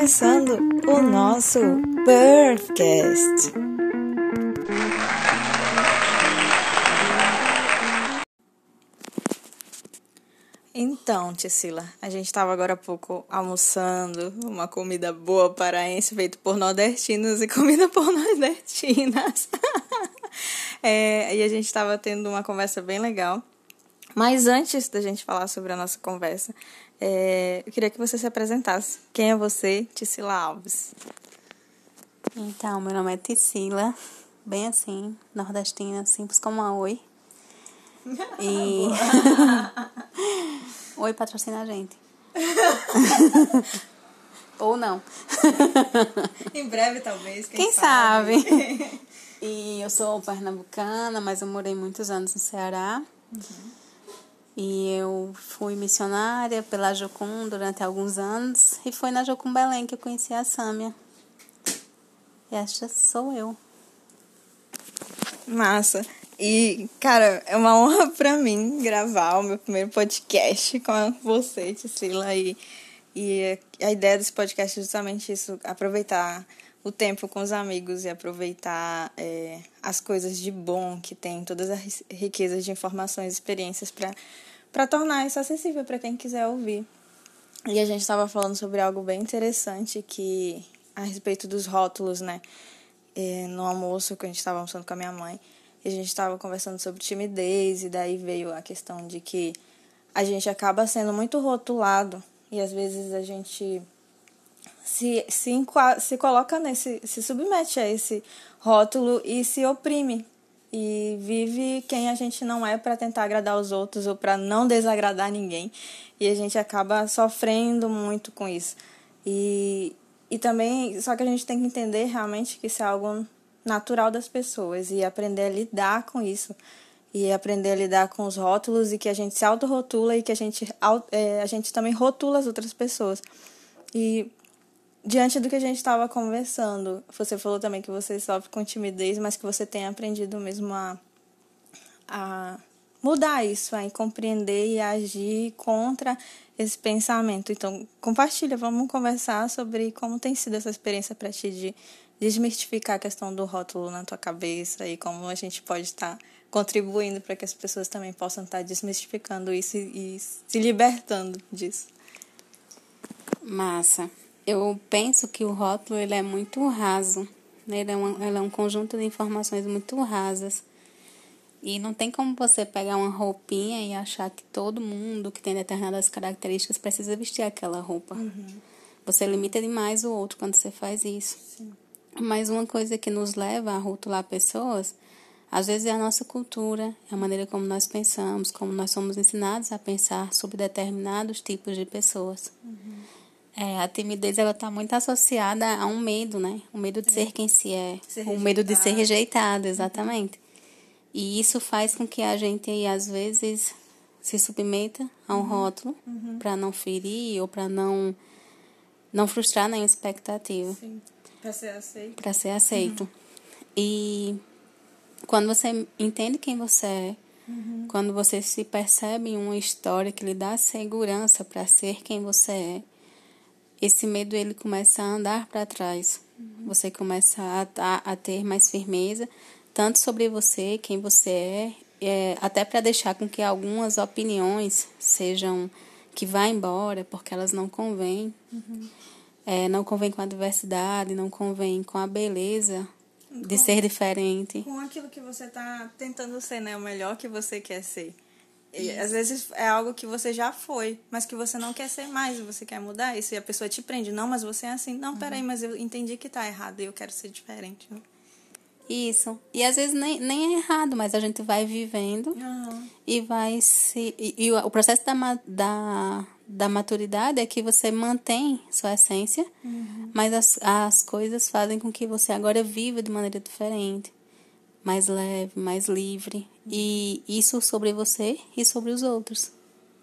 começando o nosso Birthcast. Então, Tissila, a gente estava agora há pouco almoçando uma comida boa paraense feita por nordestinos e comida por nordestinas. E a gente estava tendo uma conversa bem legal. Mas antes da gente falar sobre a nossa conversa, eu queria que você se apresentasse. Quem é você, Tissila Alves? Então, meu nome é Tissila, bem assim, nordestina, simples como a Oi. E Oi patrocina a gente. Ou não. Em breve, talvez, quem sabe? E eu sou pernambucana, mas eu morei muitos anos no Ceará. E eu fui missionária pela Jocum durante alguns anos. E foi na Jocum Belém que eu conheci a Sâmia. E esta sou eu. Massa. E, cara, é uma honra pra mim gravar o meu primeiro podcast com você, Tissila. E a ideia desse podcast é justamente isso, aproveitar o tempo com os amigos e aproveitar as coisas de bom que tem, todas as riquezas de informações e experiências para tornar isso acessível para quem quiser ouvir. E a gente estava falando sobre algo bem interessante a respeito dos rótulos, né? No almoço que a gente estava almoçando com a minha mãe, e a gente estava conversando sobre timidez, e daí veio a questão de que a gente acaba sendo muito rotulado, e às vezes a gente se coloca se submete a esse rótulo e se oprime, e vive quem a gente não é para tentar agradar os outros ou para não desagradar ninguém, e a gente acaba sofrendo muito com isso. E também, só que a gente tem que entender realmente que isso é algo natural das pessoas e aprender a lidar com isso. E aprender a lidar com os rótulos e que a gente se autorrotula e que a gente também rotula as outras pessoas. E diante do que a gente estava conversando, você falou também que você sofre com timidez, mas que você tem aprendido mesmo a mudar isso, a compreender e a agir contra esse pensamento. Então, compartilha, vamos conversar sobre como tem sido essa experiência para ti de desmistificar a questão do rótulo na tua cabeça e como a gente pode estar contribuindo para que as pessoas também possam estar desmistificando isso e se libertando disso. Massa. Eu penso que o rótulo ele é muito raso, né? Ele é um conjunto de informações muito rasas. E não tem como você pegar uma roupinha e achar que todo mundo que tem determinadas características precisa vestir aquela roupa. Você limita demais o outro quando você faz isso. Sim. Mas uma coisa que nos leva a rotular pessoas, às vezes é a nossa cultura, é a maneira como nós pensamos, como nós somos ensinados a pensar sobre determinados tipos de pessoas. A timidez ela está muito associada a um medo, né? O medo de ser quem se é, o medo de ser rejeitado, exatamente. E isso faz com que a gente, às vezes, se submeta a um rótulo para não ferir ou para não frustrar nenhuma expectativa. Sim, para ser aceito. Para ser aceito. E quando você entende quem você é, quando você se percebe em uma história que lhe dá segurança para ser quem você é, esse medo ele começa a andar para trás. Você começa a ter mais firmeza, tanto sobre você, quem você até para deixar com que algumas opiniões sejam que vá embora, porque elas não convêm. Não convém com a diversidade, não convém com a beleza de ser diferente. Com aquilo que você está tentando ser, né? O melhor que você quer ser. E, às vezes é algo que você já foi, mas que você não quer ser mais, você quer mudar isso. E a pessoa te prende. Não, mas você é assim. Não, peraí, mas eu entendi que tá errado e eu quero ser diferente. Né? Isso. E às vezes nem é errado, mas a gente vai vivendo e vai se... E o processo da maturidade é que você mantém sua essência, mas as coisas fazem com que você agora viva de maneira diferente. Mais leve, mais livre. E isso sobre você e sobre os outros.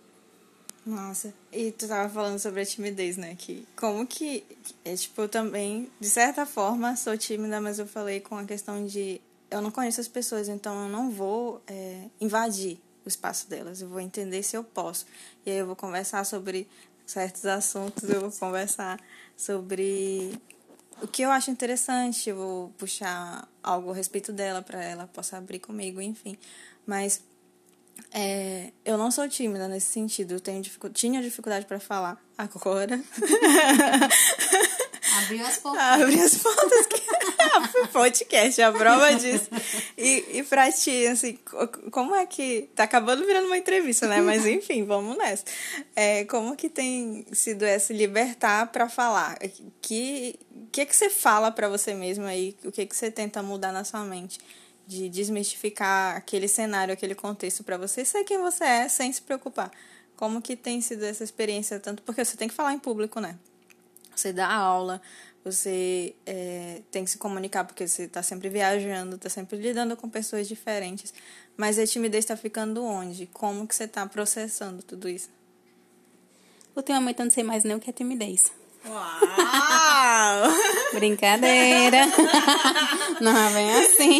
Nossa, e tu tava falando sobre a timidez, né? Eu também, de certa forma, sou tímida, mas eu falei com a questão de eu não conheço as pessoas, então eu não vou invadir o espaço delas, eu vou entender se eu posso. E aí eu vou conversar sobre certos assuntos, eu vou conversar sobre o que eu acho interessante. Eu vou puxar algo a respeito dela para ela possa abrir comigo, enfim. Mas eu não sou tímida nesse sentido. Eu tinha dificuldade para falar. Agora. Abriu as portas. Abriu as portas. Podcast, a prova disso. E pra ti, assim, como é que... Tá acabando virando uma entrevista, né? Mas enfim, vamos nessa. Como que tem sido esse libertar pra falar? Que você fala pra você mesmo aí? O que você tenta mudar na sua mente? De desmistificar aquele cenário, aquele contexto pra você ser quem você é, sem se preocupar. Como que tem sido essa experiência? Tanto porque você tem que falar em público, né? Você dá aula, você tem que se comunicar porque você está sempre viajando, está sempre lidando com pessoas diferentes. Mas a timidez está ficando onde? Como que você está processando tudo isso? Ultimamente eu não sei mais nem o que é timidez. Uau! Brincadeira! Não é bem assim.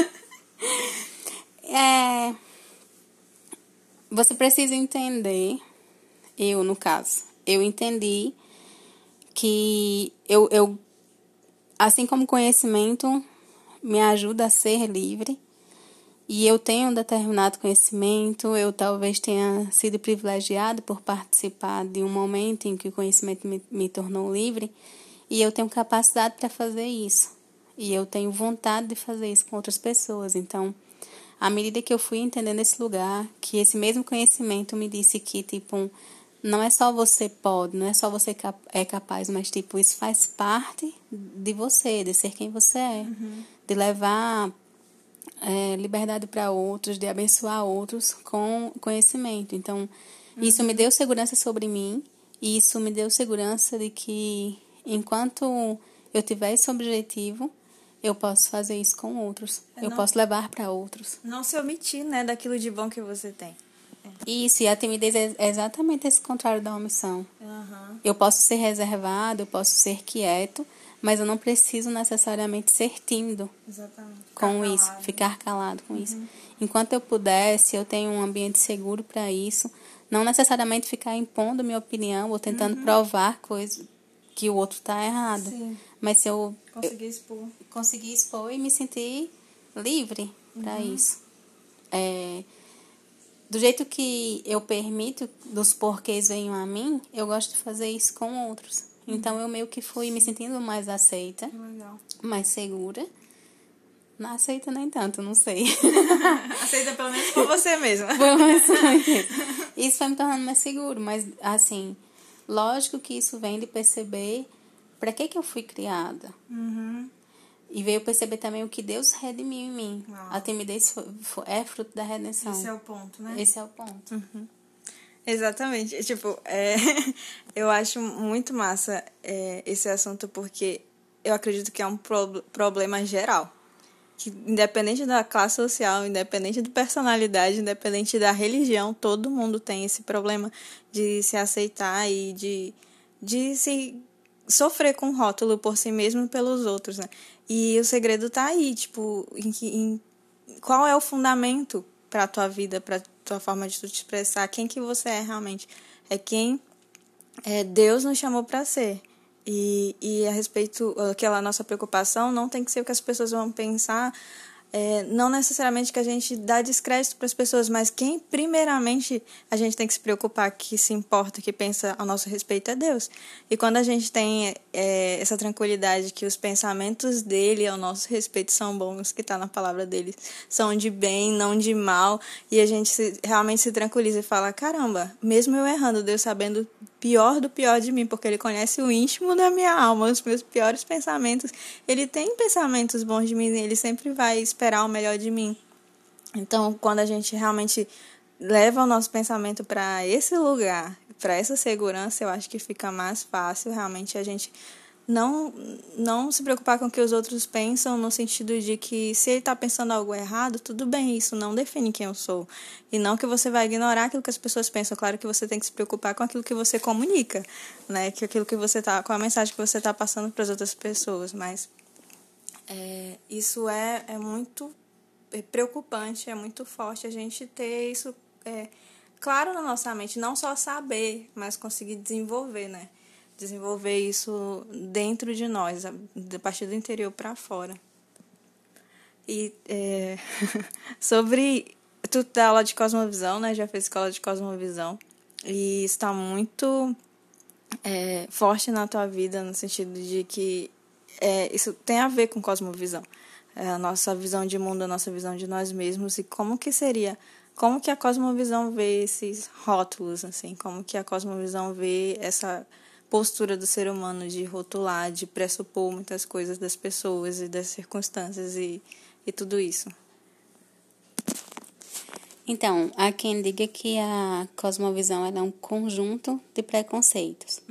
Você precisa entender, no caso, eu entendi que eu assim como conhecimento me ajuda a ser livre, e eu tenho um determinado conhecimento, eu talvez tenha sido privilegiado por participar de um momento em que o conhecimento me tornou livre, e eu tenho capacidade para fazer isso, e eu tenho vontade de fazer isso com outras pessoas. Então, à medida que eu fui entendendo esse lugar, que esse mesmo conhecimento me disse que, tipo, não é só você pode, não é só você é capaz, mas, tipo, isso faz parte de você, de ser quem você é. De levar liberdade para outros, de abençoar outros com conhecimento. Então, isso me deu segurança sobre mim, e isso me deu segurança de que, enquanto eu tiver esse objetivo, eu posso fazer isso com outros. Eu posso levar para outros. Não se omitir, né, daquilo de bom que você tem. Isso, e a timidez é exatamente esse contrário da omissão. Eu posso ser reservado, eu posso ser quieto, mas eu não preciso necessariamente ser tímido. Exatamente. Com isso, ficar calado com isso. Enquanto eu pudesse, eu tenho um ambiente seguro para isso, não necessariamente ficar impondo minha opinião ou tentando provar coisa que o outro está errado. Sim. Mas se eu Conseguir expor e me sentir livre para isso. Do jeito que eu permito dos porquês venham a mim, eu gosto de fazer isso com outros. Então, eu meio que fui me sentindo mais aceita, mais segura. Não aceita nem tanto, não sei. Aceita pelo menos com você mesma. Isso foi me tornando mais seguro, mas, assim, lógico que isso vem de perceber para que eu fui criada. E veio perceber também o que Deus redimiu em mim. A timidez é fruto da redenção. Esse é o ponto, né? Esse é o ponto. Exatamente. Tipo, eu acho muito massa esse assunto, porque eu acredito que é um problema geral. Que, independente da classe social, independente de personalidade, independente da religião, todo mundo tem esse problema de se aceitar e de se sofrer com rótulo por si mesmo e pelos outros, né? E o segredo tá aí, tipo, em qual é o fundamento para a tua vida, para a tua forma de tu te expressar, quem que você é realmente. É quem Deus nos chamou para ser. E a respeito daquela nossa preocupação, não tem que ser o que as pessoas vão pensar, não necessariamente que a gente dá descrédito para as pessoas, mas quem primeiramente a gente tem que se preocupar, que se importa, que pensa ao nosso respeito é Deus. E quando a gente tem essa tranquilidade que os pensamentos dele ao nosso respeito são bons, que está na palavra dele, são de bem, não de mal, e a gente realmente se tranquiliza e fala, caramba, mesmo eu errando, Deus sabendo pior do pior de mim, porque ele conhece o íntimo da minha alma, os meus piores pensamentos. Ele tem pensamentos bons de mim, ele sempre vai esperar o melhor de mim. Então, quando a gente realmente leva o nosso pensamento para esse lugar, para essa segurança, eu acho que fica mais fácil realmente a gente não se preocupar com o que os outros pensam, no sentido de que se ele está pensando algo errado, tudo bem, isso não define quem eu sou. E não que você vai ignorar aquilo que as pessoas pensam. Claro que você tem que se preocupar com aquilo que você comunica, né? Que aquilo que você com a mensagem que você está passando para as outras pessoas. Mas isso é muito preocupante, é muito forte a gente ter isso claro na nossa mente. Não só saber, mas conseguir desenvolver, né? desenvolver isso dentro de nós, a partir do interior para fora. E sobre... Tu dá aula de cosmovisão, né? Já fez escola de cosmovisão. E está muito forte na tua vida, no sentido de que isso tem a ver com cosmovisão. A nossa visão de mundo, a nossa visão de nós mesmos. E como que a cosmovisão vê esses rótulos, assim? Como que a cosmovisão vê essa postura do ser humano de rotular, de pressupor muitas coisas das pessoas e das circunstâncias e tudo isso? Então, há quem diga que a cosmovisão é um conjunto de preconceitos.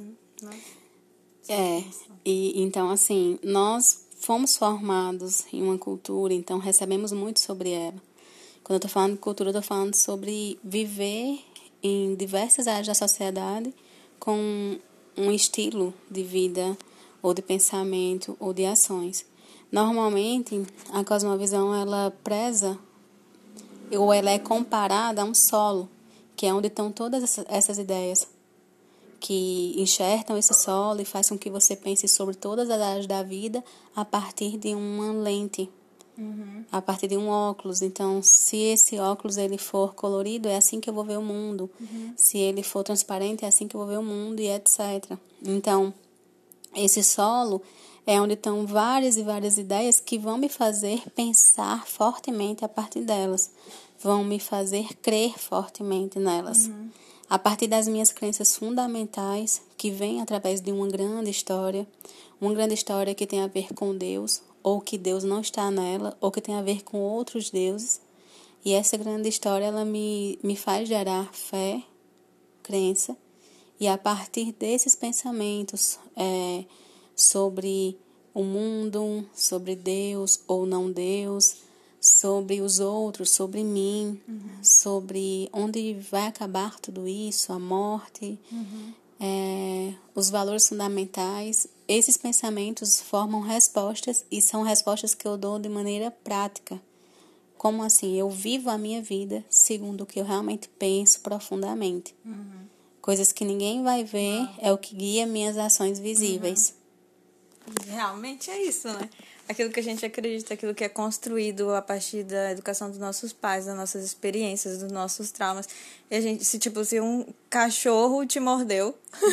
E então, assim, nós fomos formados em uma cultura, então recebemos muito sobre ela. Quando eu estou falando de cultura, eu estou falando sobre viver em diversas áreas da sociedade com um estilo de vida, ou de pensamento, ou de ações. Normalmente, a cosmovisão, ela preza, ou ela é comparada a um solo, que é onde estão todas essas ideias, que enxertam esse solo e faz com que você pense sobre todas as áreas da vida a partir de uma lente, a partir de um óculos. Então, se esse óculos ele for colorido, é assim que eu vou ver o mundo. Se ele for transparente, é assim que eu vou ver o mundo, e etc. Então, esse solo é onde estão várias e várias ideias que vão me fazer pensar fortemente a partir delas, vão me fazer crer fortemente nelas. A partir das minhas crenças fundamentais, que vêm através de uma grande história que tem a ver com Deus, ou que Deus não está nela, ou que tem a ver com outros deuses. E essa grande história, ela me faz gerar fé, crença, e a partir desses pensamentos sobre o mundo, sobre Deus ou não Deus, sobre os outros, sobre mim, sobre onde vai acabar tudo isso, a morte, os valores fundamentais. Esses pensamentos formam respostas, e são respostas que eu dou de maneira prática. Como assim? Eu vivo a minha vida segundo o que eu realmente penso profundamente. Coisas que ninguém vai ver é o que guia minhas ações visíveis. Realmente é isso, né? Aquilo que a gente acredita, aquilo que é construído a partir da educação dos nossos pais, das nossas experiências, dos nossos traumas. E a gente, se um cachorro te mordeu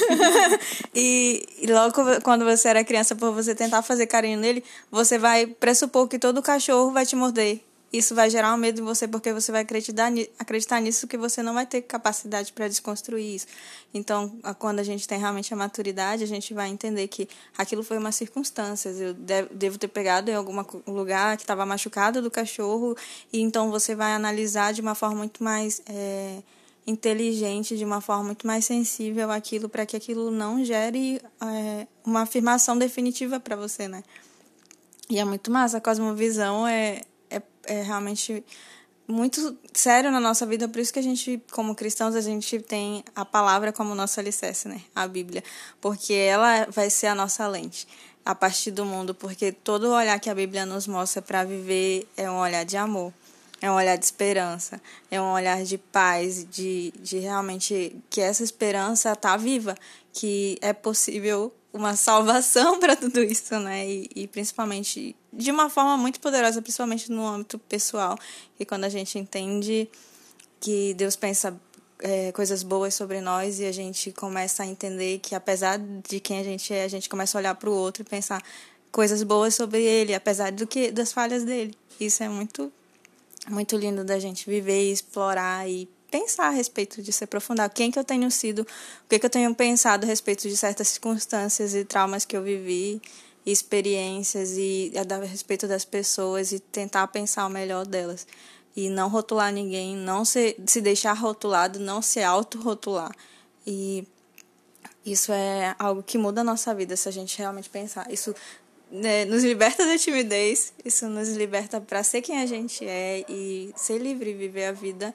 e logo quando você era criança, por você tentar fazer carinho nele, você vai pressupor que todo cachorro vai te morder. Isso vai gerar um medo em você, porque você vai acreditar nisso, que você não vai ter capacidade para desconstruir isso. Então, quando a gente tem realmente a maturidade, a gente vai entender que aquilo foi uma circunstância. Eu devo ter pegado em algum lugar que estava machucado do cachorro, e então você vai analisar de uma forma muito mais inteligente, de uma forma muito mais sensível aquilo, para que aquilo não gere uma afirmação definitiva para você, né? E é muito massa. A cosmovisão é realmente muito sério na nossa vida, por isso que a gente, como cristãos, a gente tem a palavra como nosso alicerce, né? A Bíblia, porque ela vai ser a nossa lente a partir do mundo, porque todo olhar que a Bíblia nos mostra para viver é um olhar de amor, é um olhar de esperança, é um olhar de paz, de realmente que essa esperança está viva, que é possível uma salvação para tudo isso, né? E principalmente de uma forma muito poderosa, principalmente no âmbito pessoal, e quando a gente entende que Deus pensa coisas boas sobre nós, e a gente começa a entender que apesar de quem a gente começa a olhar para o outro e pensar coisas boas sobre ele, apesar das falhas dele. Isso é muito, muito lindo da gente viver e explorar e pensar a respeito de se aprofundar. Quem que eu tenho sido, o que eu tenho pensado a respeito de certas circunstâncias e traumas que eu vivi, experiências, e a respeito das pessoas, e tentar pensar o melhor delas. E não rotular ninguém, não se deixar rotulado, não se autorrotular. E isso é algo que muda a nossa vida, se a gente realmente pensar. Isso nos liberta da timidez, isso nos liberta para ser quem a gente é e ser livre e viver a vida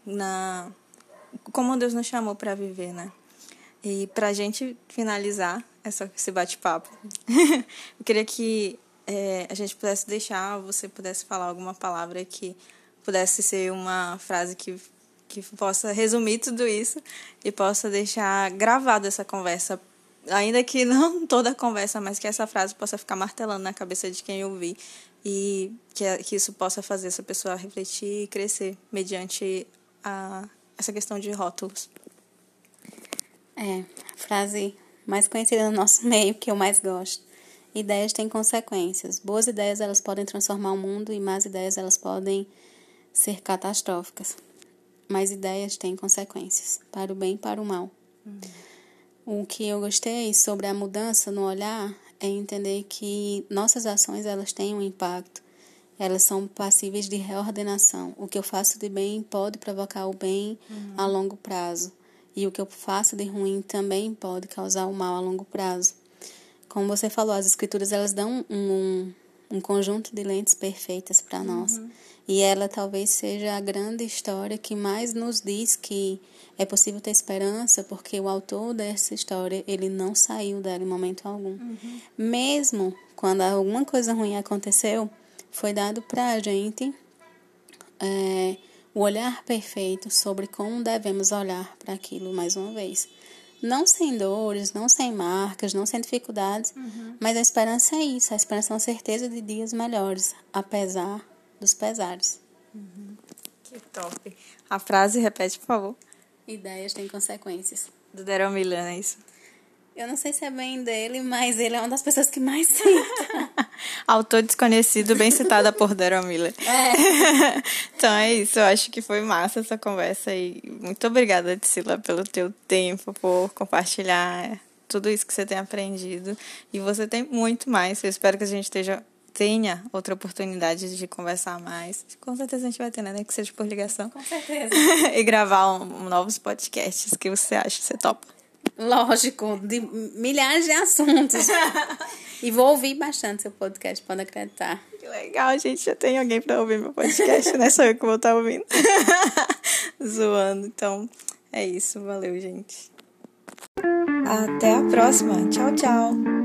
como Deus nos chamou para viver, né? E para a gente finalizar esse bate-papo, eu queria que a gente pudesse você pudesse falar alguma palavra que pudesse ser uma frase que possa resumir tudo isso e possa deixar gravada essa conversa ainda que não toda a conversa, mas que essa frase possa ficar martelando na cabeça de quem ouvir e que isso possa fazer essa pessoa refletir e crescer mediante essa questão de rótulos. A frase mais conhecida no nosso meio, que eu mais gosto. Ideias têm consequências. Boas ideias, elas podem transformar o mundo, e más ideias, elas podem ser catastróficas. Mas ideias têm consequências, para o bem e para o mal. O que eu gostei sobre a mudança no olhar é entender que nossas ações, elas têm um impacto. Elas são passíveis de reordenação. O que eu faço de bem pode provocar o bem a longo prazo. E o que eu faço de ruim também pode causar o mal a longo prazo. Como você falou, as escrituras, elas dão um conjunto de lentes perfeitas para nós. E ela talvez seja a grande história que mais nos diz que é possível ter esperança, porque o autor dessa história, ele não saiu dela em momento algum. Mesmo quando alguma coisa ruim aconteceu, foi dado para a gente o olhar perfeito sobre como devemos olhar para aquilo mais uma vez. Não sem dores, não sem marcas, não sem dificuldades, mas a esperança é isso. A esperança é uma certeza de dias melhores, apesar dos pesares. Que top. A frase, repete, por favor. Ideias têm consequências. Do Daryl Miller, não é isso? Eu não sei se é bem dele, mas ele é uma das pessoas que mais cita. Autor desconhecido, bem citada por Daryl Miller. Então é isso, eu acho que foi massa essa conversa e muito obrigada, Tsila, pelo teu tempo, por compartilhar tudo isso que você tem aprendido. E você tem muito mais, eu espero que a gente tenha outra oportunidade de conversar mais. Com certeza a gente vai ter, né? Nem que seja por ligação. Com certeza. E gravar novos podcasts. O que você acha? Você topa? Lógico, de milhares de assuntos. E vou ouvir bastante seu podcast, pode acreditar. Que legal, gente. Já tem alguém pra ouvir meu podcast, né? Só eu que vou estar ouvindo. Zoando. Então, é isso. Valeu, gente. Até a próxima. Tchau, tchau.